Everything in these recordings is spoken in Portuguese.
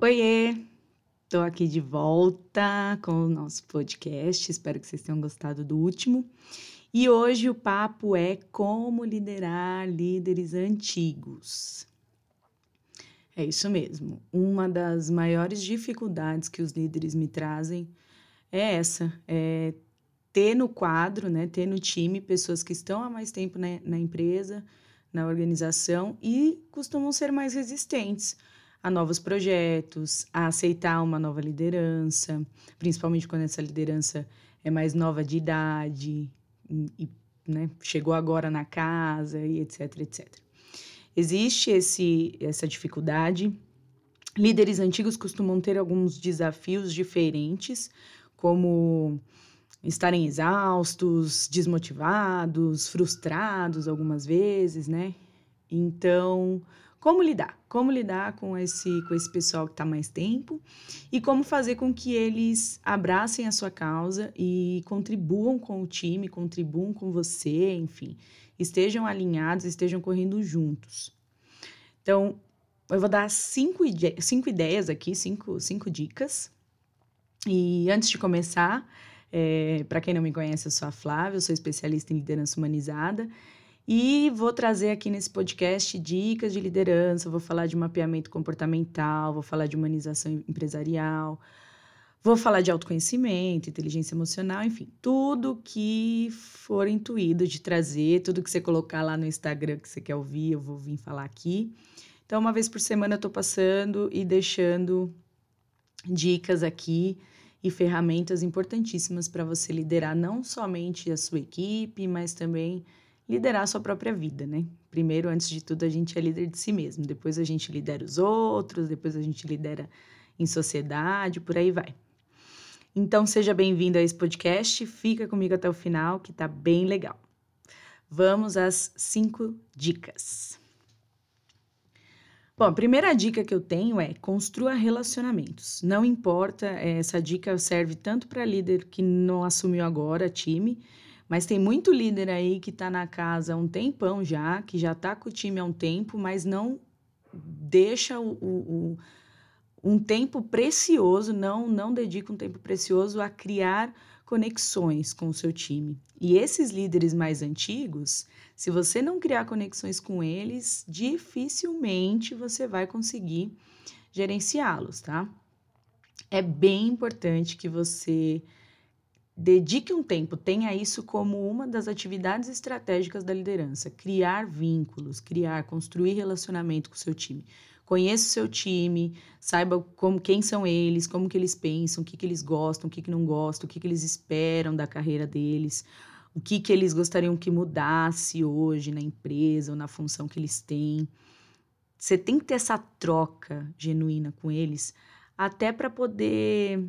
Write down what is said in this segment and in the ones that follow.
Oiê, estou aqui de volta com o nosso podcast. Espero que vocês tenham gostado do último. E hoje o papo é como liderar líderes antigos. É isso mesmo. Uma das maiores dificuldades que os líderes me trazem é essa, ter no quadro, né, ter no time pessoas que estão há mais tempo na empresa, na organização e costumam ser mais resistentes a novos projetos, a aceitar uma nova liderança, principalmente quando essa liderança é mais nova de idade e, né, chegou agora na casa e etc, etc. Existe essa dificuldade. Líderes antigos costumam ter alguns desafios diferentes, como estarem exaustos, desmotivados, frustrados algumas vezes, né? Então, como lidar? Como lidar com esse pessoal que está mais tempo e como fazer com que eles abracem a sua causa e contribuam com o time, contribuam com você, enfim, estejam alinhados, estejam correndo juntos. Então, eu vou dar cinco ideias aqui, cinco dicas. E antes de começar, para quem não me conhece, eu sou a Flávia, eu sou especialista em liderança humanizada e vou trazer aqui nesse podcast dicas de liderança, vou falar de mapeamento comportamental, vou falar de humanização empresarial, vou falar de autoconhecimento, inteligência emocional, enfim, tudo que for intuído de trazer, tudo que você colocar lá no Instagram que você quer ouvir, eu vou vir falar aqui. Então, uma vez por semana eu estou passando e deixando dicas aqui e ferramentas importantíssimas para você liderar não somente a sua equipe, mas também liderar a sua própria vida, né? Primeiro, antes de tudo, a gente é líder de si mesmo. Depois a gente lidera os outros, depois a gente lidera em sociedade, por aí vai. Então, seja bem-vindo a esse podcast. Fica comigo até o final, que tá bem legal. Vamos às 5 dicas. Bom, a primeira dica que eu tenho é construa relacionamentos. Não importa, essa dica serve tanto para líder que não assumiu agora time, mas tem muito líder aí que está na casa há um tempão já, que já está com o time há um tempo, mas não deixa um tempo precioso, não dedica um tempo precioso a criar conexões com o seu time. E esses líderes mais antigos, se você não criar conexões com eles, dificilmente você vai conseguir gerenciá-los, tá? É bem importante que você dedique um tempo, tenha isso como uma das atividades estratégicas da liderança, criar vínculos, construir relacionamento com o seu time. Conheça o seu time, saiba quem são eles, como que eles pensam, o que que eles gostam, o que não gostam, o que que eles esperam da carreira deles, o que que eles gostariam que mudasse hoje na empresa ou na função que eles têm. Você tem que ter essa troca genuína com eles, até para poder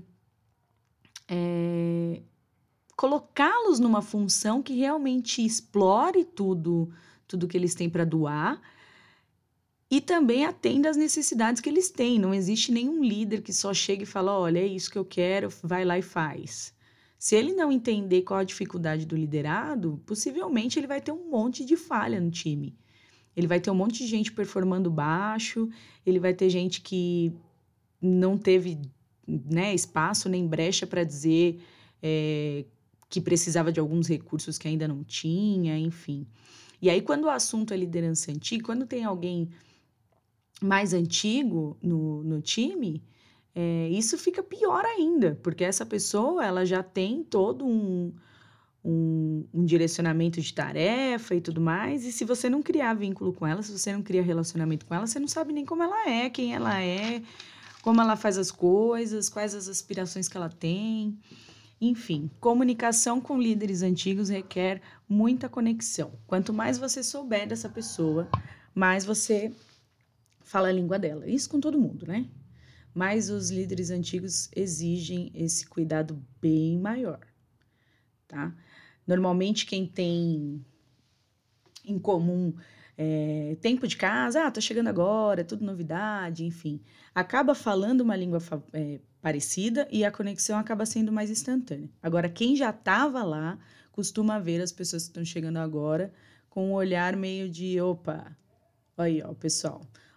colocá-los numa função que realmente explore tudo que eles têm para doar e também atenda às necessidades que eles têm. Não existe nenhum líder que só chega e fala, olha, é isso que eu quero, vai lá e faz. Se ele não entender qual a dificuldade do liderado, possivelmente ele vai ter um monte de falha no time. Ele vai ter um monte de gente performando baixo, ele vai ter gente que não teve, né, espaço nem brecha para dizer que precisava de alguns recursos que ainda não tinha, enfim. E aí, quando o assunto é liderança antiga, quando tem alguém mais antigo no time, isso fica pior ainda, porque essa pessoa ela já tem todo um direcionamento de tarefa e tudo mais, e se você não criar vínculo com ela, se você não cria relacionamento com ela, você não sabe nem como ela é, quem ela é, como ela faz as coisas, quais as aspirações que ela tem. Enfim, comunicação com líderes antigos requer muita conexão. Quanto mais você souber dessa pessoa, mais você fala a língua dela. Isso com todo mundo, né? Mas os líderes antigos exigem esse cuidado bem maior, tá? Normalmente quem tem em comum tempo de casa, tá chegando agora, é tudo novidade, enfim, acaba falando uma língua parecida e a conexão acaba sendo mais instantânea. Agora, quem já estava lá costuma ver as pessoas que estão chegando agora com um olhar meio de, opa, aí, ó, pessoal,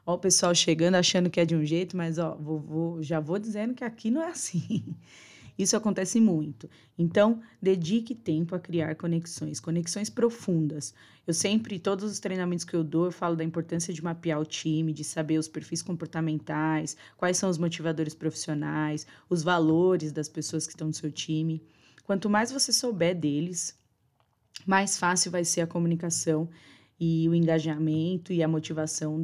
Ó, o pessoal chegando achando que é de um jeito, mas ó, já vou dizendo que aqui não é assim. Isso acontece muito. Então, dedique tempo a criar conexões, conexões profundas. Eu sempre, todos os treinamentos que eu dou, eu falo da importância de mapear o time, de saber os perfis comportamentais, quais são os motivadores profissionais, os valores das pessoas que estão no seu time. Quanto mais você souber deles, mais fácil vai ser a comunicação e o engajamento e a motivação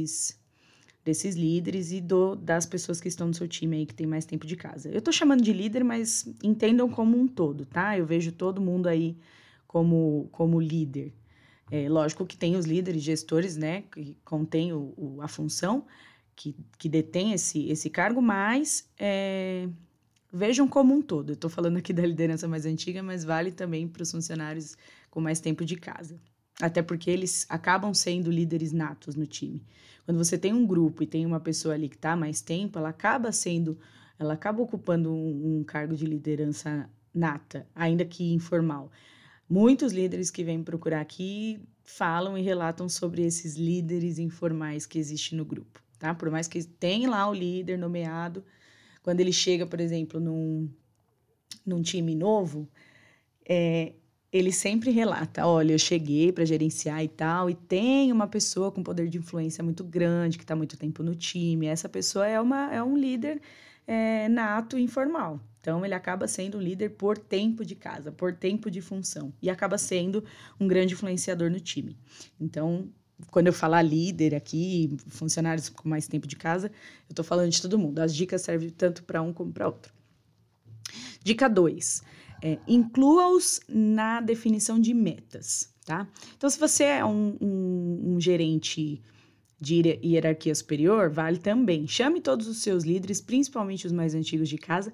desses líderes e das pessoas que estão no seu time aí que tem mais tempo de casa. Eu tô chamando de líder, mas entendam como um todo, tá? Eu vejo todo mundo aí como líder. Lógico que tem os líderes, gestores, né, que contém a função, que detém esse cargo, mas vejam como um todo. Eu tô falando aqui da liderança mais antiga, mas vale também para os funcionários com mais tempo de casa. Até porque eles acabam sendo líderes natos no time. Quando você tem um grupo e tem uma pessoa ali que está há mais tempo, ela acaba ocupando um cargo de liderança nata, ainda que informal. Muitos líderes que vêm procurar aqui falam e relatam sobre esses líderes informais que existem no grupo, tá? Por mais que tenha lá o líder nomeado, quando ele chega, por exemplo, num time novo, ele sempre relata, olha, eu cheguei para gerenciar e tal, e tem uma pessoa com poder de influência muito grande, que está muito tempo no time. Essa pessoa é um líder nato e informal. Então, ele acaba sendo um líder por tempo de casa, por tempo de função, e acaba sendo um grande influenciador no time. Então, quando eu falar líder aqui, funcionários com mais tempo de casa, eu estou falando de todo mundo. As dicas servem tanto para um como para outro. Dica 2. Inclua-os na definição de metas, tá? Então, se você é um gerente de hierarquia superior, vale também. Chame todos os seus líderes, principalmente os mais antigos de casa,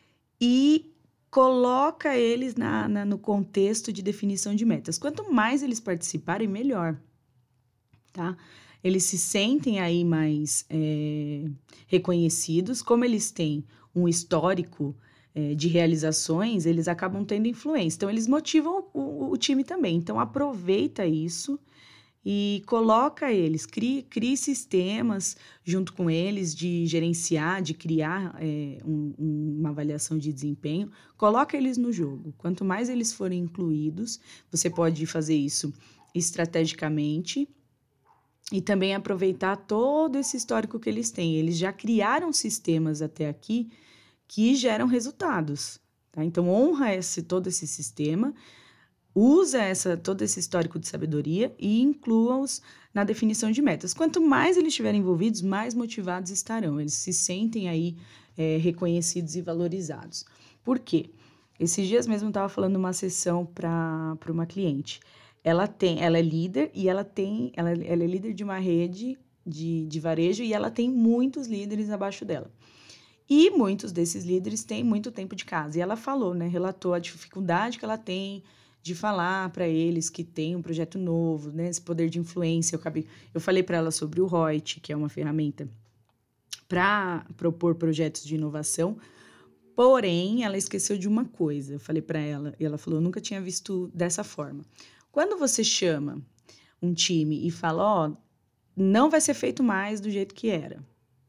e coloca eles no contexto de definição de metas. Quanto mais eles participarem, melhor, tá? Eles se sentem aí mais reconhecidos, como eles têm um histórico de realizações, eles acabam tendo influência. Então, eles motivam o time também. Então, aproveita isso e coloca eles, crie sistemas junto com eles de gerenciar, de criar uma avaliação de desempenho. Coloca eles no jogo. Quanto mais eles forem incluídos, você pode fazer isso estrategicamente e também aproveitar todo esse histórico que eles têm. Eles já criaram sistemas até aqui que geram resultados, tá? Então, honra todo esse sistema, usa todo esse histórico de sabedoria e inclua-os na definição de metas. Quanto mais eles estiverem envolvidos, mais motivados estarão. Eles se sentem aí reconhecidos e valorizados. Por quê? Esses dias mesmo eu estava falando numa sessão para uma cliente. Ela é líder e ela é líder de uma rede de varejo e ela tem muitos líderes abaixo dela. E muitos desses líderes têm muito tempo de casa. E ela falou, né, relatou a dificuldade que ela tem de falar para eles que tem um projeto novo, né, esse poder de influência. Eu falei para ela sobre o Reut, que é uma ferramenta para propor projetos de inovação, porém, ela esqueceu de uma coisa. Eu falei para ela, e ela falou, eu nunca tinha visto dessa forma. Quando você chama um time e fala, ó, não vai ser feito mais do jeito que era.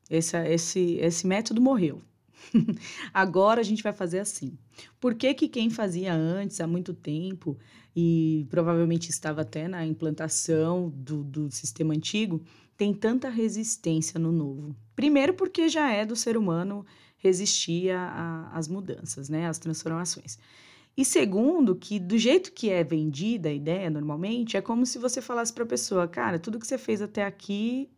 Esse método morreu. Agora a gente vai fazer assim. Por que quem fazia antes, há muito tempo, e provavelmente estava até na implantação do sistema antigo, tem tanta resistência no novo? Primeiro porque já é do ser humano resistir às mudanças, né, às transformações. E segundo, que do jeito que é vendida a ideia normalmente, é como se você falasse para a pessoa, cara, tudo que você fez até aqui,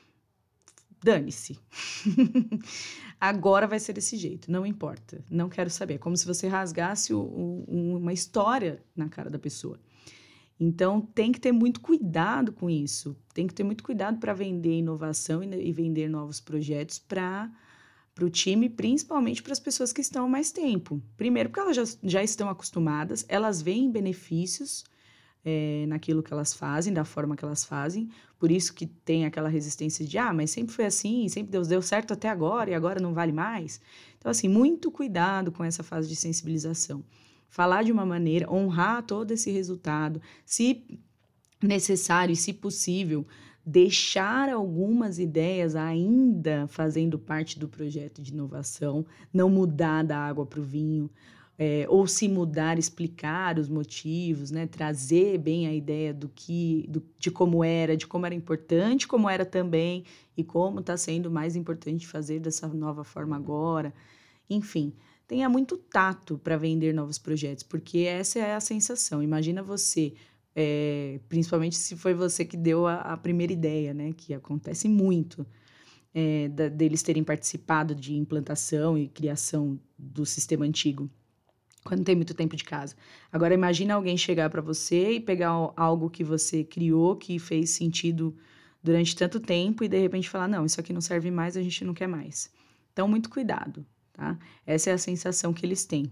dane-se. Agora vai ser desse jeito, não importa, não quero saber. É como se você rasgasse uma história na cara da pessoa. Então, tem que ter muito cuidado com isso. Tem que ter muito cuidado para vender inovação e vender novos projetos para o time, principalmente para as pessoas que estão há mais tempo. Primeiro, porque elas já estão acostumadas, elas veem benefícios naquilo que elas fazem, da forma que elas fazem. Por isso que tem aquela resistência de, mas sempre foi assim, sempre deu certo até agora e agora não vale mais. Então, assim, muito cuidado com essa fase de sensibilização. Falar de uma maneira, honrar todo esse resultado, se necessário e se possível, deixar algumas ideias ainda fazendo parte do projeto de inovação, não mudar da água para o vinho, ou se mudar, explicar os motivos, né? Trazer bem a ideia de como era importante, como era também, e como está sendo mais importante fazer dessa nova forma agora. Enfim, tenha muito tato para vender novos projetos, porque essa é a sensação. Imagina você, principalmente se foi você que deu a primeira ideia, né? Que acontece muito, deles terem participado de implantação e criação do sistema antigo, quando tem muito tempo de casa. Agora, imagina alguém chegar para você e pegar algo que você criou, que fez sentido durante tanto tempo, e de repente falar, não, isso aqui não serve mais, a gente não quer mais. Então, muito cuidado, tá? Essa é a sensação que eles têm.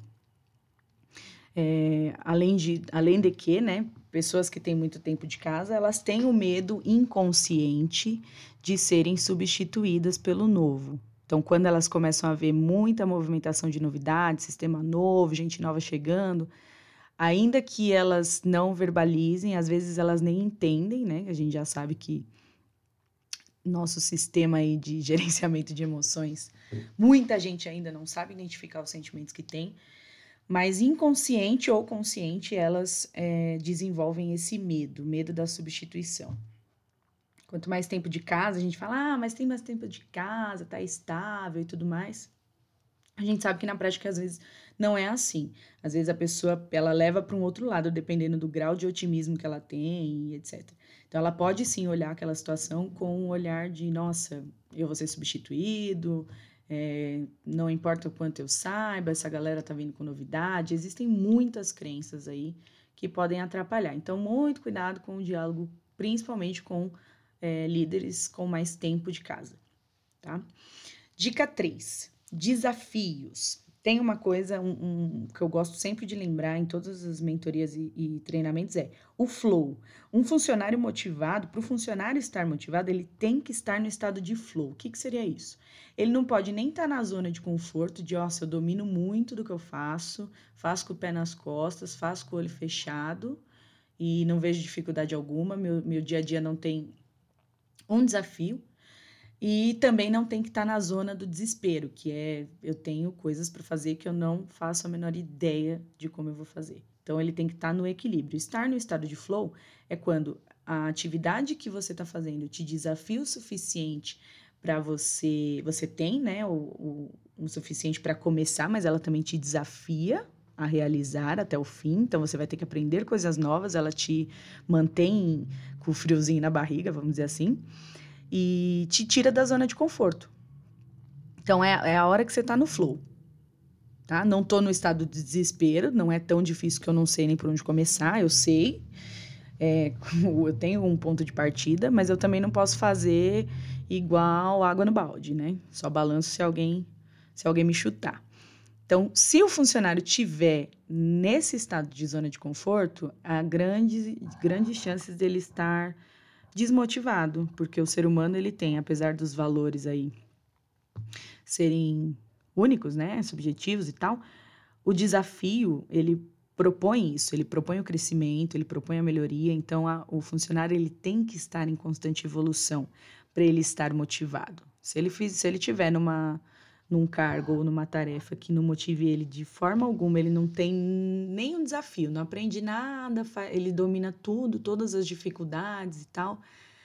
Além de que, né, pessoas que têm muito tempo de casa, elas têm o medo inconsciente de serem substituídas pelo novo. Então, quando elas começam a ver muita movimentação de novidades, sistema novo, gente nova chegando, ainda que elas não verbalizem, às vezes elas nem entendem, né? A gente já sabe que nosso sistema aí de gerenciamento de emoções, muita gente ainda não sabe identificar os sentimentos que tem, mas inconsciente ou consciente, elas desenvolvem esse medo da substituição. Quanto mais tempo de casa, a gente fala, mas tem mais tempo de casa, tá estável e tudo mais. A gente sabe que na prática, às vezes, não é assim. Às vezes a pessoa, ela leva para um outro lado, dependendo do grau de otimismo que ela tem e etc. Então, ela pode sim olhar aquela situação com um olhar de, nossa, eu vou ser substituído, não importa o quanto eu saiba, essa galera tá vindo com novidade. Existem muitas crenças aí que podem atrapalhar. Então, muito cuidado com o diálogo, principalmente com líderes com mais tempo de casa, tá? Dica 3, desafios. Tem uma coisa que eu gosto sempre de lembrar em todas as mentorias e treinamentos, o flow. Um funcionário motivado, para o funcionário estar motivado, ele tem que estar no estado de flow. O que seria isso? Ele não pode nem estar na zona de conforto, de, eu domino muito do que eu faço com o pé nas costas, faço com o olho fechado e não vejo dificuldade alguma, meu dia a dia não tem um desafio. E também não tem que estar na zona do desespero, que eu tenho coisas para fazer que eu não faço a menor ideia de como eu vou fazer. Então, ele tem que estar no equilíbrio. Estar no estado de flow é quando a atividade que você está fazendo te desafia o suficiente para você tem, né, o suficiente para começar, mas ela também te desafia a realizar até o fim. Então, você vai ter que aprender coisas novas, ela te mantém com o friozinho na barriga, vamos dizer assim, e te tira da zona de conforto. Então, é a hora que você tá no flow, tá? Não tô no estado de desespero, não é tão difícil que eu não sei nem por onde começar, eu sei, eu tenho um ponto de partida, mas eu também não posso fazer igual água no balde, né? Só balanço se alguém me chutar. Então, se o funcionário tiver nesse estado de zona de conforto, há grandes chances dele estar desmotivado, porque o ser humano, ele tem, apesar dos valores aí serem únicos, né, subjetivos e tal, o desafio, ele propõe isso, ele propõe o crescimento, ele propõe a melhoria, então o funcionário, ele tem que estar em constante evolução para ele estar motivado. Se ele tiver num cargo ou numa tarefa que não motive ele de forma alguma, ele não tem nenhum desafio, não aprende nada, ele domina tudo, todas as dificuldades e tal.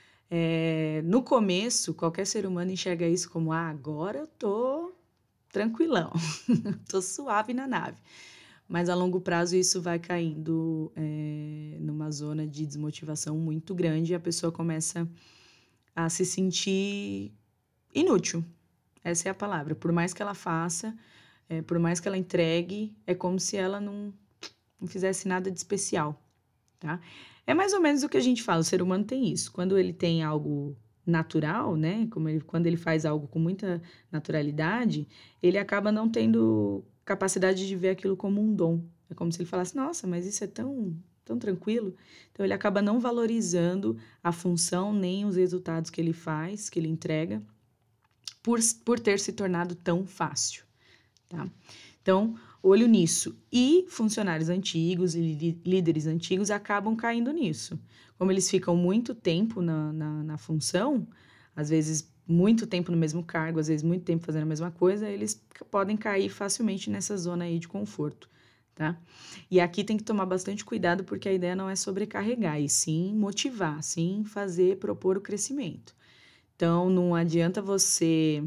No começo, qualquer ser humano enxerga isso como, agora eu tô tranquilão, tô suave na nave. Mas a longo prazo isso vai caindo numa zona de desmotivação muito grande e a pessoa começa a se sentir inútil. Essa é a palavra. Por mais que ela faça, por mais que ela entregue, é como se ela não fizesse nada de especial, tá? É mais ou menos o que a gente fala, o ser humano tem isso. Quando ele tem algo natural, né? Quando ele faz algo com muita naturalidade, ele acaba não tendo capacidade de ver aquilo como um dom. É como se ele falasse, nossa, mas isso é tão tranquilo. Então, ele acaba não valorizando a função nem os resultados que ele faz, que ele entrega, por ter se tornado tão fácil, tá? Então, olho nisso. E funcionários antigos e líderes antigos acabam caindo nisso. como eles ficam muito tempo na função, às vezes muito tempo no mesmo cargo, às vezes muito tempo fazendo a mesma coisa, eles podem cair facilmente nessa zona aí de conforto, tá? E aqui tem que tomar bastante cuidado, porque a ideia não é sobrecarregar, e sim motivar, sim propor o crescimento. Então, não adianta você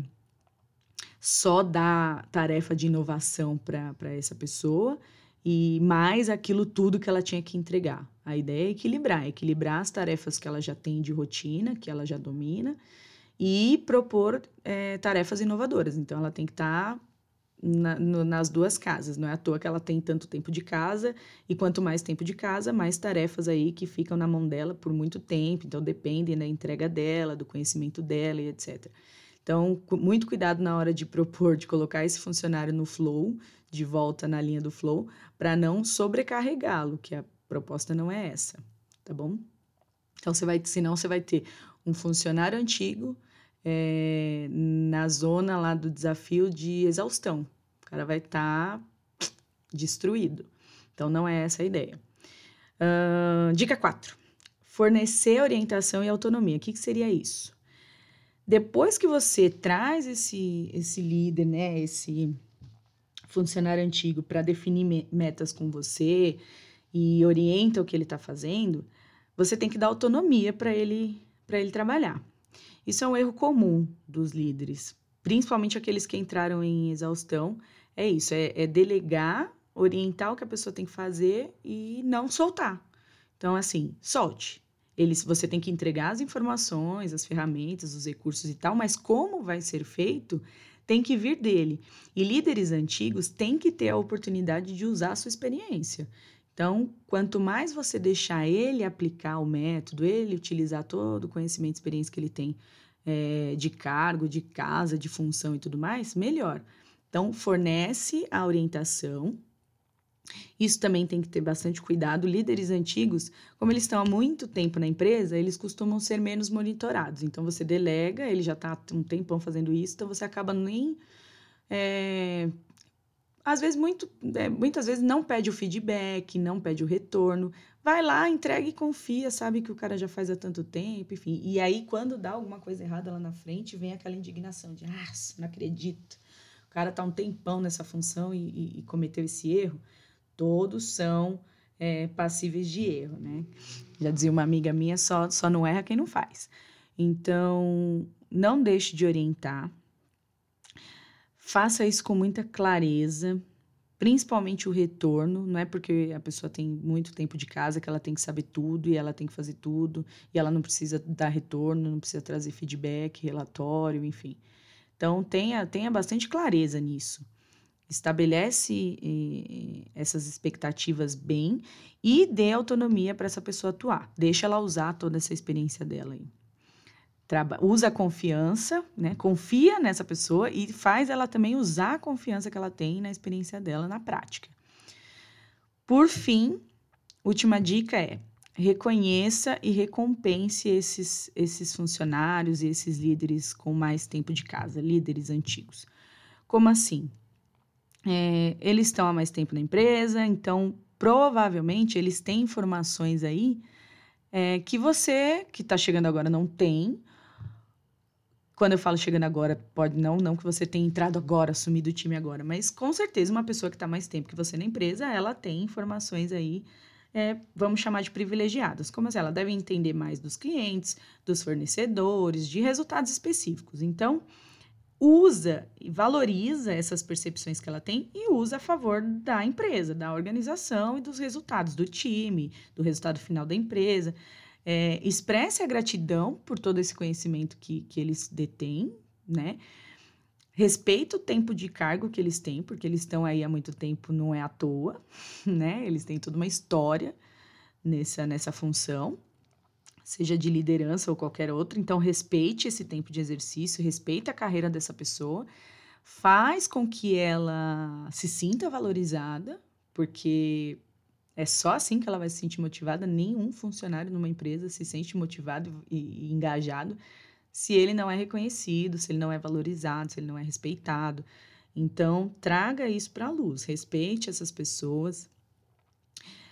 só dar tarefa de inovação para essa pessoa e mais aquilo tudo que ela tinha que entregar. A ideia é equilibrar as tarefas que ela já tem de rotina, que ela já domina, e propor tarefas inovadoras. Então, ela tem que estar nas duas casas. Não é à toa que ela tem tanto tempo de casa, e quanto mais tempo de casa, mais tarefas aí que ficam na mão dela por muito tempo. Então, dependem da entrega dela, do conhecimento dela e etc. Então, muito cuidado na hora de propor, de colocar esse funcionário no flow, de volta na linha do flow, para não sobrecarregá-lo, que a proposta não é essa, tá bom? Então, senão você vai ter um funcionário antigo na zona lá do desafio de exaustão. O cara vai estar destruído. Então, não é essa a ideia. Dica 4. Fornecer orientação e autonomia. O que seria isso? Depois que você traz esse líder, né, esse funcionário antigo para definir metas com você e orienta o que ele está fazendo, você tem que dar autonomia para ele trabalhar. Isso é um erro comum dos líderes, principalmente aqueles que entraram em exaustão. É isso, é delegar, orientar o que a pessoa tem que fazer e não soltar. Então, assim, solte. Você tem que entregar as informações, as ferramentas, os recursos e tal, mas como vai ser feito tem que vir dele. E líderes antigos têm que ter a oportunidade de usar a sua experiência. Então, quanto mais você deixar ele aplicar o método, ele utilizar todo o conhecimento e experiência que ele tem de cargo, de casa, de função e tudo mais, melhor. Então, fornece a orientação. Isso também tem que ter bastante cuidado. Líderes antigos, como eles estão há muito tempo na empresa, eles costumam ser menos monitorados. Então, você delega, ele já está há um tempão fazendo isso, então você acaba nem... às vezes, muitas vezes não pede o feedback, não pede o retorno. Vai lá, entrega e confia, sabe que o cara já faz há tanto tempo, enfim. E aí, quando dá alguma coisa errada lá na frente, vem aquela indignação de, não acredito. O cara tá um tempão nessa função e cometeu esse erro. Todos são passíveis de erro, né? Já dizia uma amiga minha, só não erra quem não faz. Então, não deixe de orientar. Faça isso com muita clareza, principalmente o retorno. Não é porque a pessoa tem muito tempo de casa que ela tem que saber tudo e ela tem que fazer tudo e ela não precisa dar retorno, não precisa trazer feedback, relatório, enfim. Então, tenha bastante clareza nisso. Estabelece essas expectativas bem e dê autonomia para essa pessoa atuar. Deixa ela usar toda essa experiência dela aí. Usa a confiança, né? Confia nessa pessoa e faz ela também usar a confiança que ela tem na experiência dela na prática. Por fim, última dica é: reconheça e recompense esses funcionários e esses líderes com mais tempo de casa, líderes antigos. Como assim? Eles estão há mais tempo na empresa, então provavelmente eles têm informações aí que você, que está chegando agora, não tem. Quando eu falo chegando agora, pode não que você tenha entrado agora, assumido o time agora, mas com certeza uma pessoa que está mais tempo que você na empresa, ela tem informações aí, vamos chamar de privilegiadas. Como assim? Ela deve entender mais dos clientes, dos fornecedores, de resultados específicos. Então, usa e valoriza essas percepções que ela tem e usa a favor da empresa, da organização e dos resultados do time, do resultado final da empresa. Expresse a gratidão por todo esse conhecimento que eles detêm, né? Respeita o tempo de cargo que eles têm, porque eles estão aí há muito tempo, não é à toa, né? Eles têm toda uma história nessa função, seja de liderança ou qualquer outra. Então, respeite esse tempo de exercício, respeite a carreira dessa pessoa, faz com que ela se sinta valorizada, porque é só assim que ela vai se sentir motivada. Nenhum funcionário numa empresa se sente motivado e engajado se ele não é reconhecido, se ele não é valorizado, se ele não é respeitado. Então, traga isso para a luz, respeite essas pessoas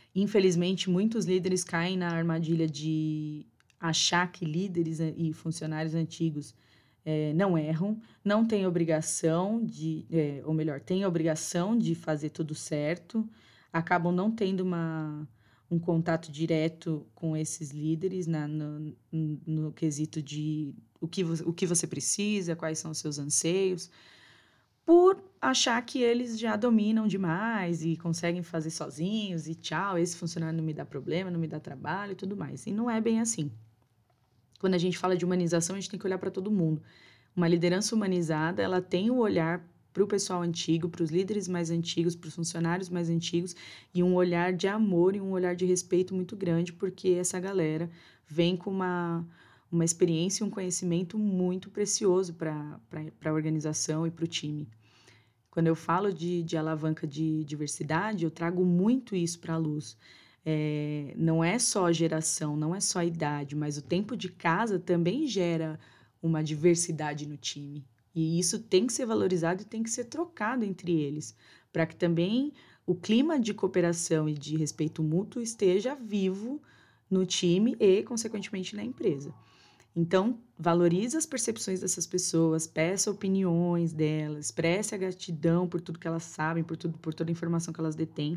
Infelizmente, muitos líderes caem na armadilha de achar que líderes e funcionários antigos não erram, não têm obrigação ou melhor, têm obrigação de fazer tudo certo, acabam não tendo um contato direto com esses líderes no quesito de o que você precisa, quais são os seus anseios, por achar que eles já dominam demais e conseguem fazer sozinhos e tchau, esse funcionário não me dá problema, não me dá trabalho e tudo mais. E não é bem assim. Quando a gente fala de humanização, a gente tem que olhar para todo mundo. Uma liderança humanizada, ela tem o olhar para o pessoal antigo, para os líderes mais antigos, para os funcionários mais antigos, e um olhar de amor e um olhar de respeito muito grande, porque essa galera vem com uma experiência e um conhecimento muito precioso para a organização e para o time. Quando eu falo de alavanca de diversidade, eu trago muito isso para a luz. Não é só a geração, não é só a idade, mas o tempo de casa também gera uma diversidade no time. E isso tem que ser valorizado e tem que ser trocado entre eles, para que também o clima de cooperação e de respeito mútuo esteja vivo no time e, consequentemente, na empresa. Então, valorize as percepções dessas pessoas, peça opiniões delas, expresse a gratidão por tudo que elas sabem, por toda a informação que elas detêm,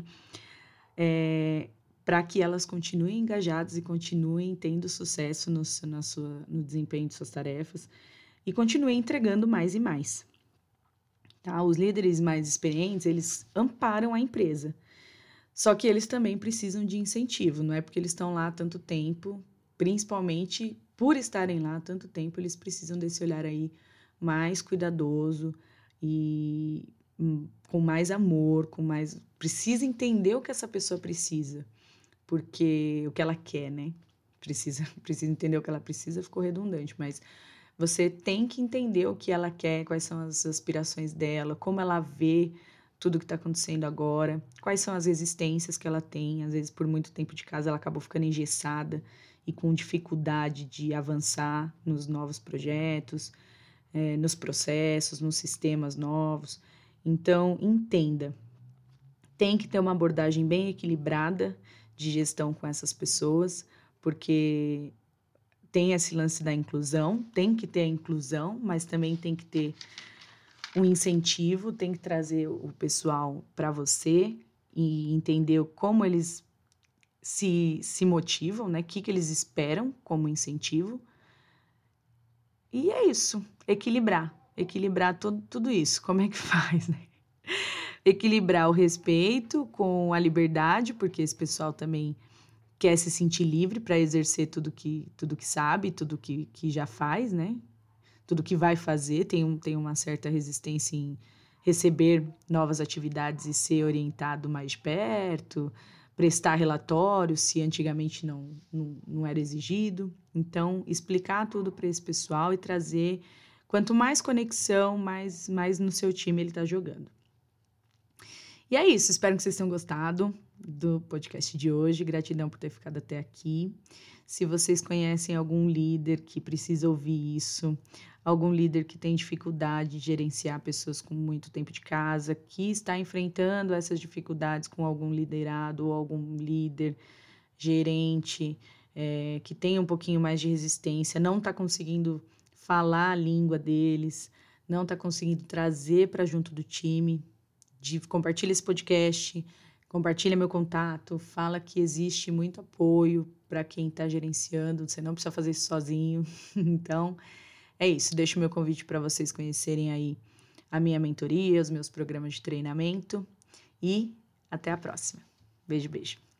para que elas continuem engajadas e continuem tendo sucesso no desempenho de suas tarefas e continuem entregando mais e mais. Tá? Os líderes mais experientes, eles amparam a empresa, só que eles também precisam de incentivo, não é porque eles estão lá há tanto tempo, principalmente por estarem lá há tanto tempo, eles precisam desse olhar aí mais cuidadoso e com mais amor, precisa entender o que essa pessoa precisa, porque o que ela quer, né? Precisa entender o que ela precisa, ficou redundante, mas você tem que entender o que ela quer, quais são as aspirações dela, como ela vê tudo que está acontecendo agora, quais são as resistências que ela tem. Às vezes, por muito tempo de casa, ela acabou ficando engessada e com dificuldade de avançar nos novos projetos, nos processos, nos sistemas novos. Então, entenda, tem que ter uma abordagem bem equilibrada de gestão com essas pessoas, porque tem esse lance da inclusão, tem que ter a inclusão, mas também tem que ter um incentivo, tem que trazer o pessoal para você e entender como eles se motivam, né? O que eles esperam como incentivo. E é isso, equilibrar tudo isso. Como é que faz, né? Equilibrar o respeito com a liberdade, porque esse pessoal também quer se sentir livre para exercer tudo que sabe, tudo que já faz, né? Tudo que vai fazer, tem uma certa resistência em receber novas atividades e ser orientado mais de perto, prestar relatórios, se antigamente não era exigido. Então, explicar tudo para esse pessoal e trazer, quanto mais conexão, mais no seu time ele está jogando. E é isso, espero que vocês tenham gostado do podcast de hoje. Gratidão por ter ficado até aqui. Se vocês conhecem algum líder que precisa ouvir isso, algum líder que tem dificuldade de gerenciar pessoas com muito tempo de casa, que está enfrentando essas dificuldades com algum liderado ou algum líder, gerente, que tem um pouquinho mais de resistência, não está conseguindo falar a língua deles, não está conseguindo trazer para junto do time, compartilha esse podcast, compartilha meu contato, fala que existe muito apoio para quem está gerenciando, você não precisa fazer isso sozinho. Então, é isso, deixo o meu convite para vocês conhecerem aí a minha mentoria, os meus programas de treinamento e até a próxima. Beijo, beijo.